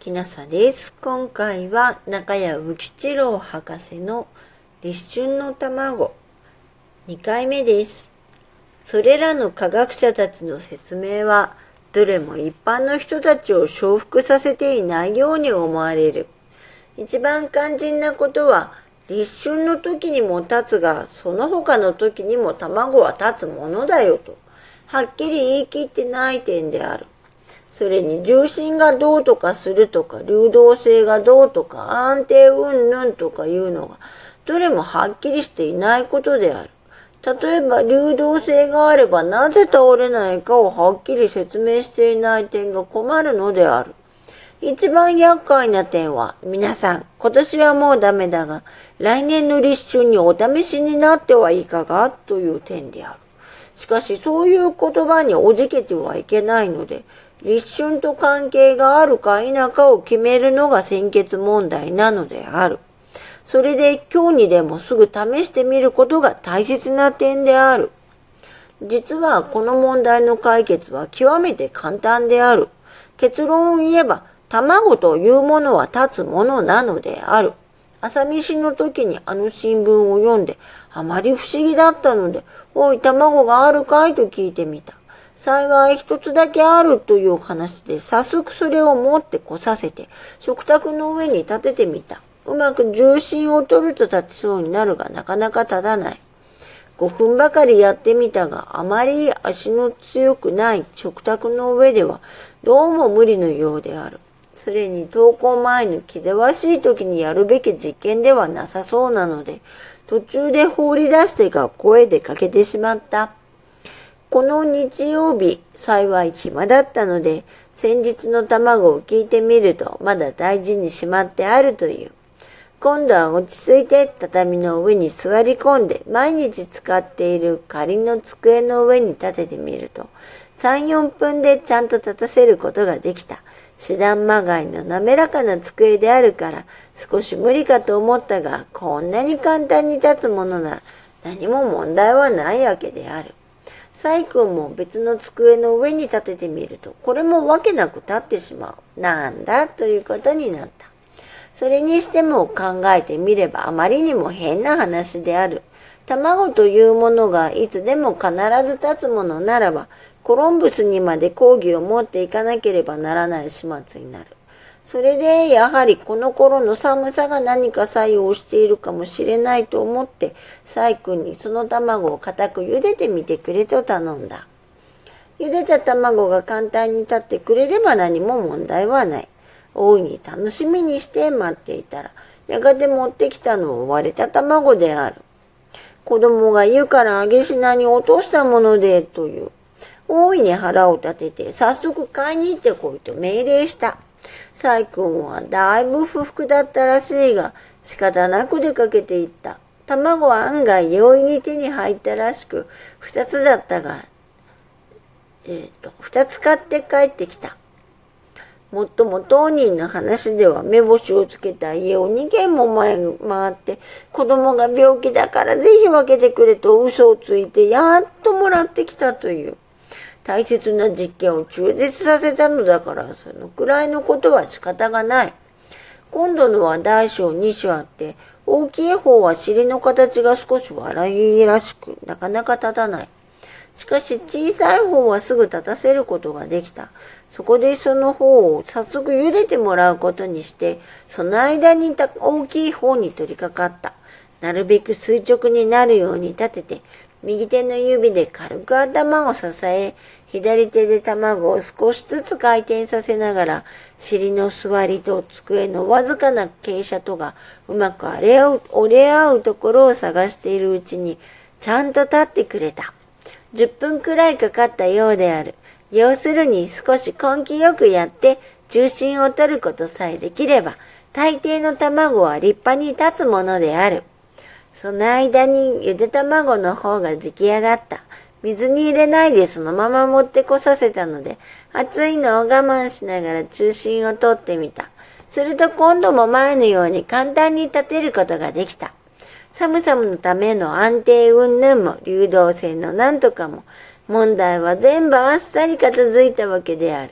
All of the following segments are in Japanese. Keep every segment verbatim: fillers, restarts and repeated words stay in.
きなさです。今回は中谷浮吉郎博士の立春の卵にかいめです。それらの科学者たちの説明はどれも一般の人たちを承服させていないように思われる。一番肝心なことは立春の時にも立つがその他の時にも卵は立つものだよとはっきり言い切ってない点である。それに重心がどうとかするとか流動性がどうとか安定云々とかいうのがどれもはっきりしていないことである。例えば流動性があればなぜ倒れないかをはっきり説明していない点が困るのである。一番厄介な点は皆さん今年はもうダメだが来年の立春にお試しになってはいかがという点である。しかしそういう言葉におじけてはいけないので立春と関係があるか否かを決めるのが先決問題なのである。それで今日にでもすぐ試してみることが大切な点である。実はこの問題の解決は極めて簡単である。結論を言えば卵というものは立つものなのである。朝飯の時にあの新聞を読んであまり不思議だったので、おい卵があるかいと聞いてみた。幸い一つだけあるという話で早速それを持ってこさせて食卓の上に立ててみた。うまく重心を取ると立ちそうになるがなかなか立たない。ごふんばかりやってみたがあまり足の強くない食卓の上ではどうも無理のようである。それに登校前の気ぜわしい時にやるべき実験ではなさそうなので途中で放り出して学校へ出かけてしまった。この日曜日、幸い暇だったので、先日の卵を聞いてみると、まだ大事にしまってあるという。今度は落ち着いて畳の上に座り込んで、毎日使っている仮の机の上に立ててみると、さん、よんぷんでちゃんと立たせることができた。手段まがいの滑らかな机であるから、少し無理かと思ったが、こんなに簡単に立つものなら、何も問題はないわけである。サイ君も別の机の上に立ててみると、これもわけなく立ってしまう。なんだということになった。それにしても考えてみればあまりにも変な話である。卵というものがいつでも必ず立つものならば、コロンブスにまで講義を持っていかなければならない始末になる。それでやはりこの頃の寒さが何か作用しているかもしれないと思ってサイ君にその卵を固く茹でてみてくれと頼んだ。茹でた卵が簡単に立ってくれれば何も問題はない。大いに楽しみにして待っていたらやがて持ってきたのは割れた卵である。子供が湯から揚げ品に落としたものでという。大いに腹を立てて早速買いに行ってこいと命令した。サイ君はだいぶ不服だったらしいが仕方なく出かけていった。卵は案外容易に手に入ったらしく二つだったが、えっと、二つ買って帰ってきた。もっとも当人の話では目星をつけた家を二軒も回って子供が病気だからぜひ分けてくれと嘘をついてやっともらってきたという。大切な実験を中絶させたのだからそのくらいのことは仕方がない。今度のは大小に種あって大きい方は尻の形が少し笑いらしくなかなか立たない。しかし小さい方はすぐ立たせることができた。そこでその方を早速茹でてもらうことにしてその間に大きい方に取り掛かった。なるべく垂直になるように立てて右手の指で軽く頭を支え、左手で卵を少しずつ回転させながら、尻の座りと机のわずかな傾斜とがうまく折れ合う、折れ合うところを探しているうちに、ちゃんと立ってくれた。じゅっぷんくらいかかったようである。要するに少し根気よくやって、重心を取ることさえできれば、大抵の卵は立派に立つものである。その間にゆで卵の方が出来上がった。水に入れないでそのまま持ってこさせたので、熱いのを我慢しながら中心を取ってみた。すると今度も前のように簡単に立てることができた。寒さのための安定云々も流動性のなんとかも、問題は全部あっさり片付いたわけである。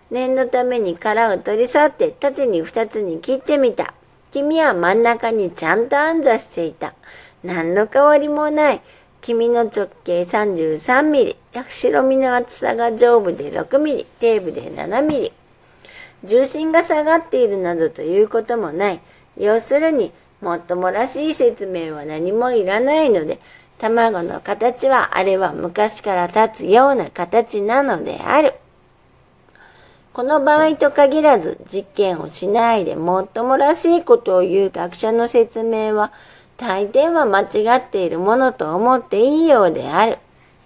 念のために殻を取り去って縦に二つに切ってみた。黄身は真ん中にちゃんと安座していた。何の変わりもない。黄身の直径さんじゅうさんミリ、白身の厚さが上部でろくミリ、底部でななミリ。重心が下がっているなどということもない。要するに、もっともらしい説明は何もいらないので、卵の形はあれは昔から立つような形なのである。この場合と限らず、実験をしないでもっともらしいことを言う学者の説明は、大抵は間違っているものと思っていいようである。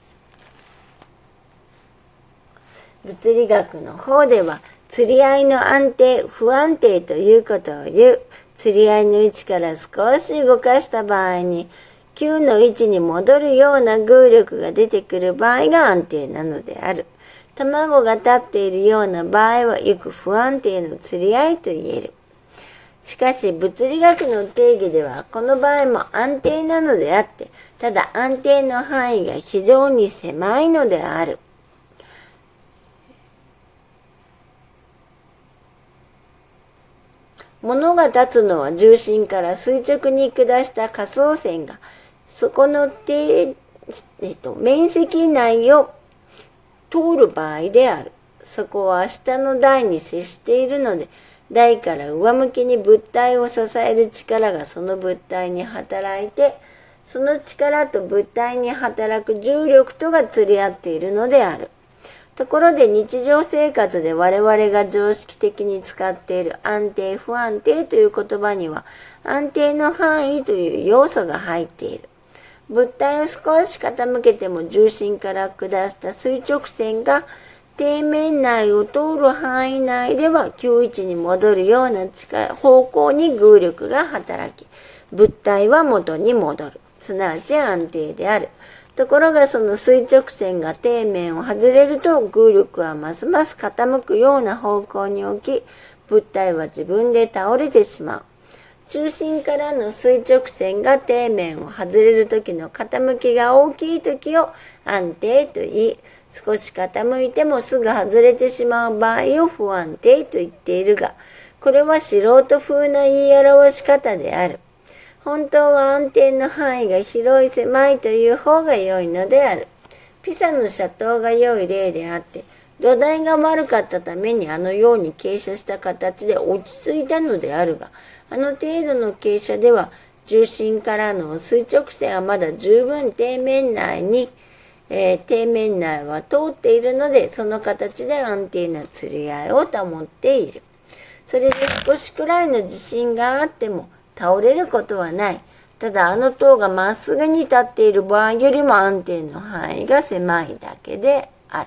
物理学の方では、釣り合いの安定、不安定ということを言う。釣り合いの位置から少し動かした場合に、球の位置に戻るような偶力が出てくる場合が安定なのである。卵が立っているような場合はよく不安定の釣り合いと言える。しかし物理学の定義ではこの場合も安定なのであって、ただ安定の範囲が非常に狭いのである。物が立つのは重心から垂直に下した下層線が、そこの底、えっと、面積内を通る場合である。そこは下の台に接しているので、台から上向きに物体を支える力がその物体に働いて、その力と物体に働く重力とが釣り合っているのである。ところで日常生活で我々が常識的に使っている安定不安定という言葉には安定の範囲という要素が入っている。物体を少し傾けても重心から下した垂直線が底面内を通る範囲内では球位置に戻るような力方向に偶力が働き、物体は元に戻る。すなわち安定である。ところがその垂直線が底面を外れると偶力はますます傾くような方向に置き、物体は自分で倒れてしまう。中心からの垂直線が底面を外れる時の傾きが大きい時を安定と言い、少し傾いてもすぐ外れてしまう場合を不安定と言っているが、これは素人風な言い表し方である。本当は安定の範囲が広い狭いという方が良いのである。ピサの斜塔が良い例であって、土台が悪かったためにあのように傾斜した形で落ち着いたのであるが、あの程度の傾斜では重心からの垂直線はまだ十分底面内に、えー、底面内は通っているので、その形で安定な釣り合いを保っている。それで少しくらいの自信があっても倒れることはない。ただあの塔がまっすぐに立っている場合よりも安定の範囲が狭いだけである。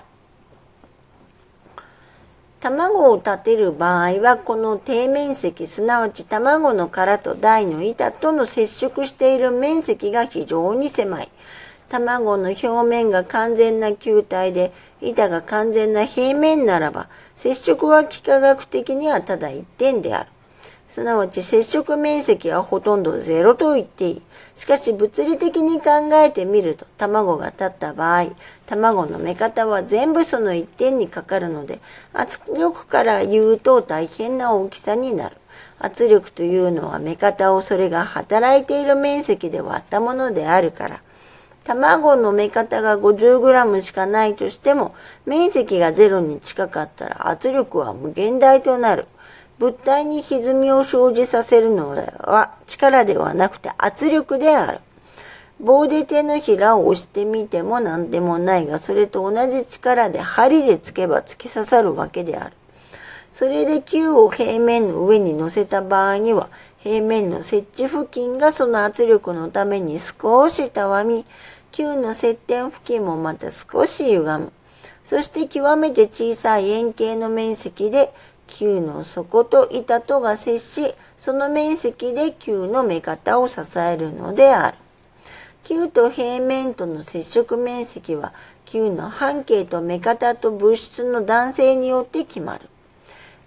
卵を立てる場合はこの底面積、すなわち卵の殻と台の板との接触している面積が非常に狭い。卵の表面が完全な球体で板が完全な平面ならば、接触は幾何学的にはただ一点である。すなわち接触面積はほとんどゼロと言っていい。しかし物理的に考えてみると、卵が立った場合、卵の目方は全部その一点にかかるので、圧力から言うと大変な大きさになる。圧力というのは目方をそれが働いている面積で割ったものであるから、卵の目方が ごじゅうグラム しかないとしても、面積がゼロに近かったら圧力は無限大となる。物体に歪みを生じさせるのは力ではなくて圧力である。棒で手のひらを押してみても何でもないが、それと同じ力で針で突けば突き刺さるわけである。それで球を平面の上に乗せた場合には、平面の接地付近がその圧力のために少したわみ、球の接点付近もまた少し歪む。そして極めて小さい円形の面積で、球の底と板とが接し、その面積で球の目方を支えるのである。球と平面との接触面積は、球の半径と目方と物質の弾性によって決まる。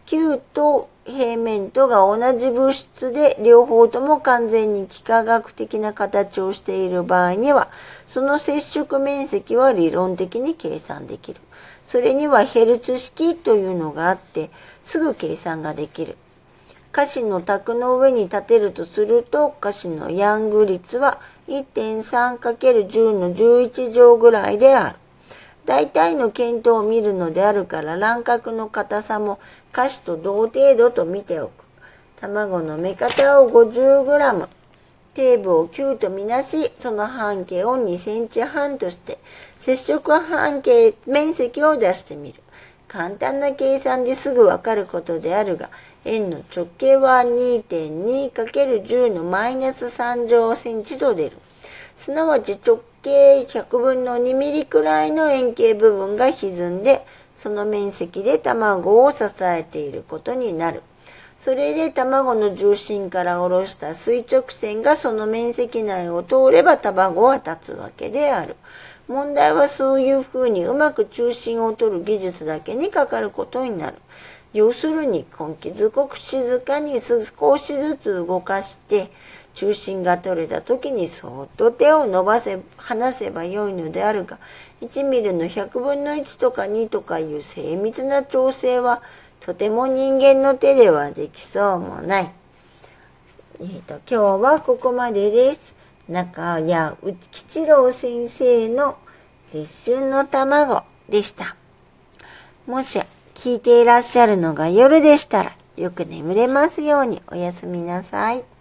球と平面とが同じ物質で両方とも完全に幾何学的な形をしている場合には、その接触面積は理論的に計算できる。それにはヘルツ式というのがあって、すぐ計算ができる。菓子の卓の上に立てるとすると、菓子のヤング率は いってんさんかけるじゅう のじゅういち乗ぐらいである。大体の見当を見るのであるから卵殻の硬さも菓子と同程度と見ておく。卵の目方を ごじゅうグラム、底部をきゅうとみなし、その半径をにセンチはんとして接触半径面積を出してみる。簡単な計算ですぐわかることであるが、円の直径は にてんにかけるじゅう のマイナスさん乗センチと出る。すなわち直径ひゃくぶんのにミリくらいの円形部分が歪んで、その面積で卵を支えていることになる。それで卵の重心から下ろした垂直線がその面積内を通れば卵は立つわけである。問題はそういうふうにうまく中心を取る技術だけにかかることになる。要するに根気ずこく静かに少しずつ動かして、中心が取れた時にそっと手を伸ばせ、離せばよいのであるが、いちミリのひゃくぶんのいちとかにとかいう精密な調整は、とても人間の手ではできそうもない。えーと、今日はここまでです。中谷吉郎先生の立春の卵でした。もし聞いていらっしゃるのが夜でしたら、よく眠れますようにおやすみなさい。